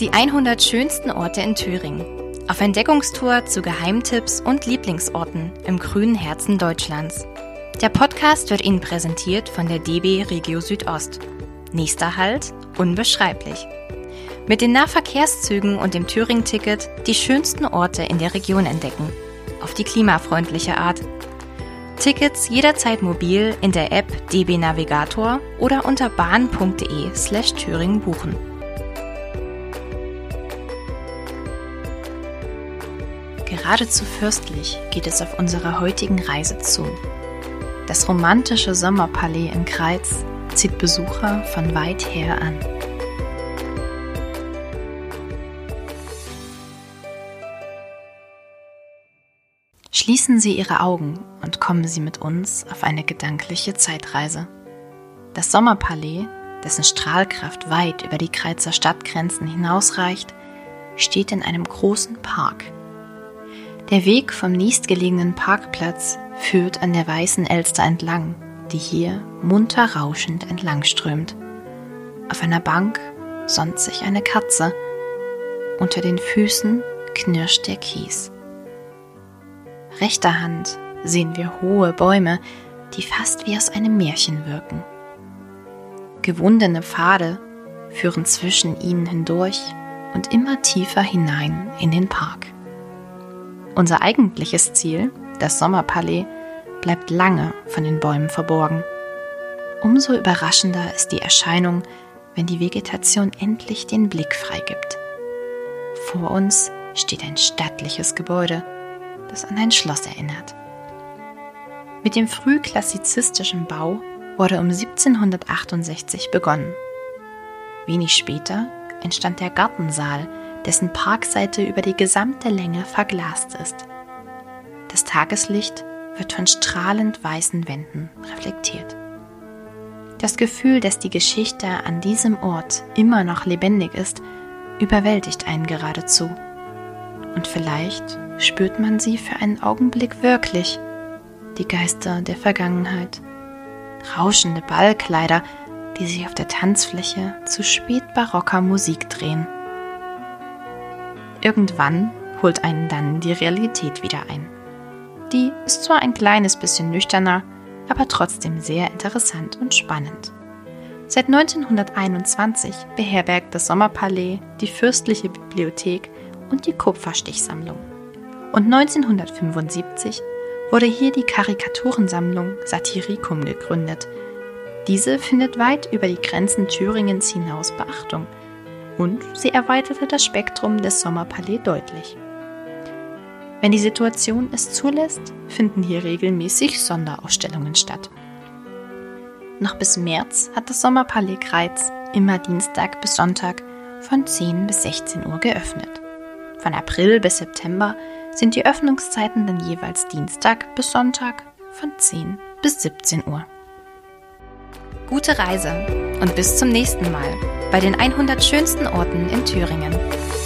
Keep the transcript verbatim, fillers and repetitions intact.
Die hundert schönsten Orte in Thüringen. Auf Entdeckungstour zu Geheimtipps und Lieblingsorten im grünen Herzen Deutschlands. Der Podcast wird Ihnen präsentiert von der D B Regio Südost. Nächster Halt: unbeschreiblich. Mit den Nahverkehrszügen und dem Thüringen-Ticket die schönsten Orte in der Region entdecken. Auf die klimafreundliche Art. Tickets jederzeit mobil in der App D B Navigator oder unter bahn punkt de slash Thüringen buchen. Geradezu fürstlich geht es auf unserer heutigen Reise zu. Das romantische Sommerpalais in Kreiz zieht Besucher von weit her an. Schließen Sie Ihre Augen und kommen Sie mit uns auf eine gedankliche Zeitreise. Das Sommerpalais, dessen Strahlkraft weit über die Kreizer Stadtgrenzen hinausreicht, steht in einem großen Park. Der Weg vom nächstgelegenen Parkplatz führt an der Weißen Elster entlang, die hier munter rauschend entlangströmt. Auf einer Bank sonnt sich eine Katze. Unter den Füßen knirscht der Kies. Rechter Hand sehen wir hohe Bäume, die fast wie aus einem Märchen wirken. Gewundene Pfade führen zwischen ihnen hindurch und immer tiefer hinein in den Park. Unser eigentliches Ziel, das Sommerpalais, bleibt lange von den Bäumen verborgen. Umso überraschender ist die Erscheinung, wenn die Vegetation endlich den Blick freigibt. Vor uns steht ein stattliches Gebäude, das an ein Schloss erinnert. Mit dem frühklassizistischen Bau wurde um siebzehnhundertachtundsechzig begonnen. Wenig später entstand der Gartensaal, dessen Parkseite über die gesamte Länge verglast ist. Das Tageslicht wird von strahlend weißen Wänden reflektiert. Das Gefühl, dass die Geschichte an diesem Ort immer noch lebendig ist, überwältigt einen geradezu. Und vielleicht spürt man sie für einen Augenblick wirklich, die Geister der Vergangenheit. Rauschende Ballkleider, die sich auf der Tanzfläche zu spätbarocker Musik drehen. Irgendwann holt einen dann die Realität wieder ein. Die ist zwar ein kleines bisschen nüchterner, aber trotzdem sehr interessant und spannend. Seit neunzehnhunderteinundzwanzig beherbergt das Sommerpalais die Fürstliche Bibliothek und die Kupferstichsammlung. Und neunzehnhundertfünfundsiebzig wurde hier die Karikaturensammlung Satiricum gegründet. Diese findet weit über die Grenzen Thüringens hinaus Beachtung. Und sie erweiterte das Spektrum des Sommerpalais deutlich. Wenn die Situation es zulässt, finden hier regelmäßig Sonderausstellungen statt. Noch bis März hat das Sommerpalais Kreiz immer Dienstag bis Sonntag von zehn bis sechzehn Uhr geöffnet. Von April bis September sind die Öffnungszeiten dann jeweils Dienstag bis Sonntag von zehn bis siebzehn Uhr. Gute Reise und bis zum nächsten Mal bei den hundert schönsten Orten in Thüringen.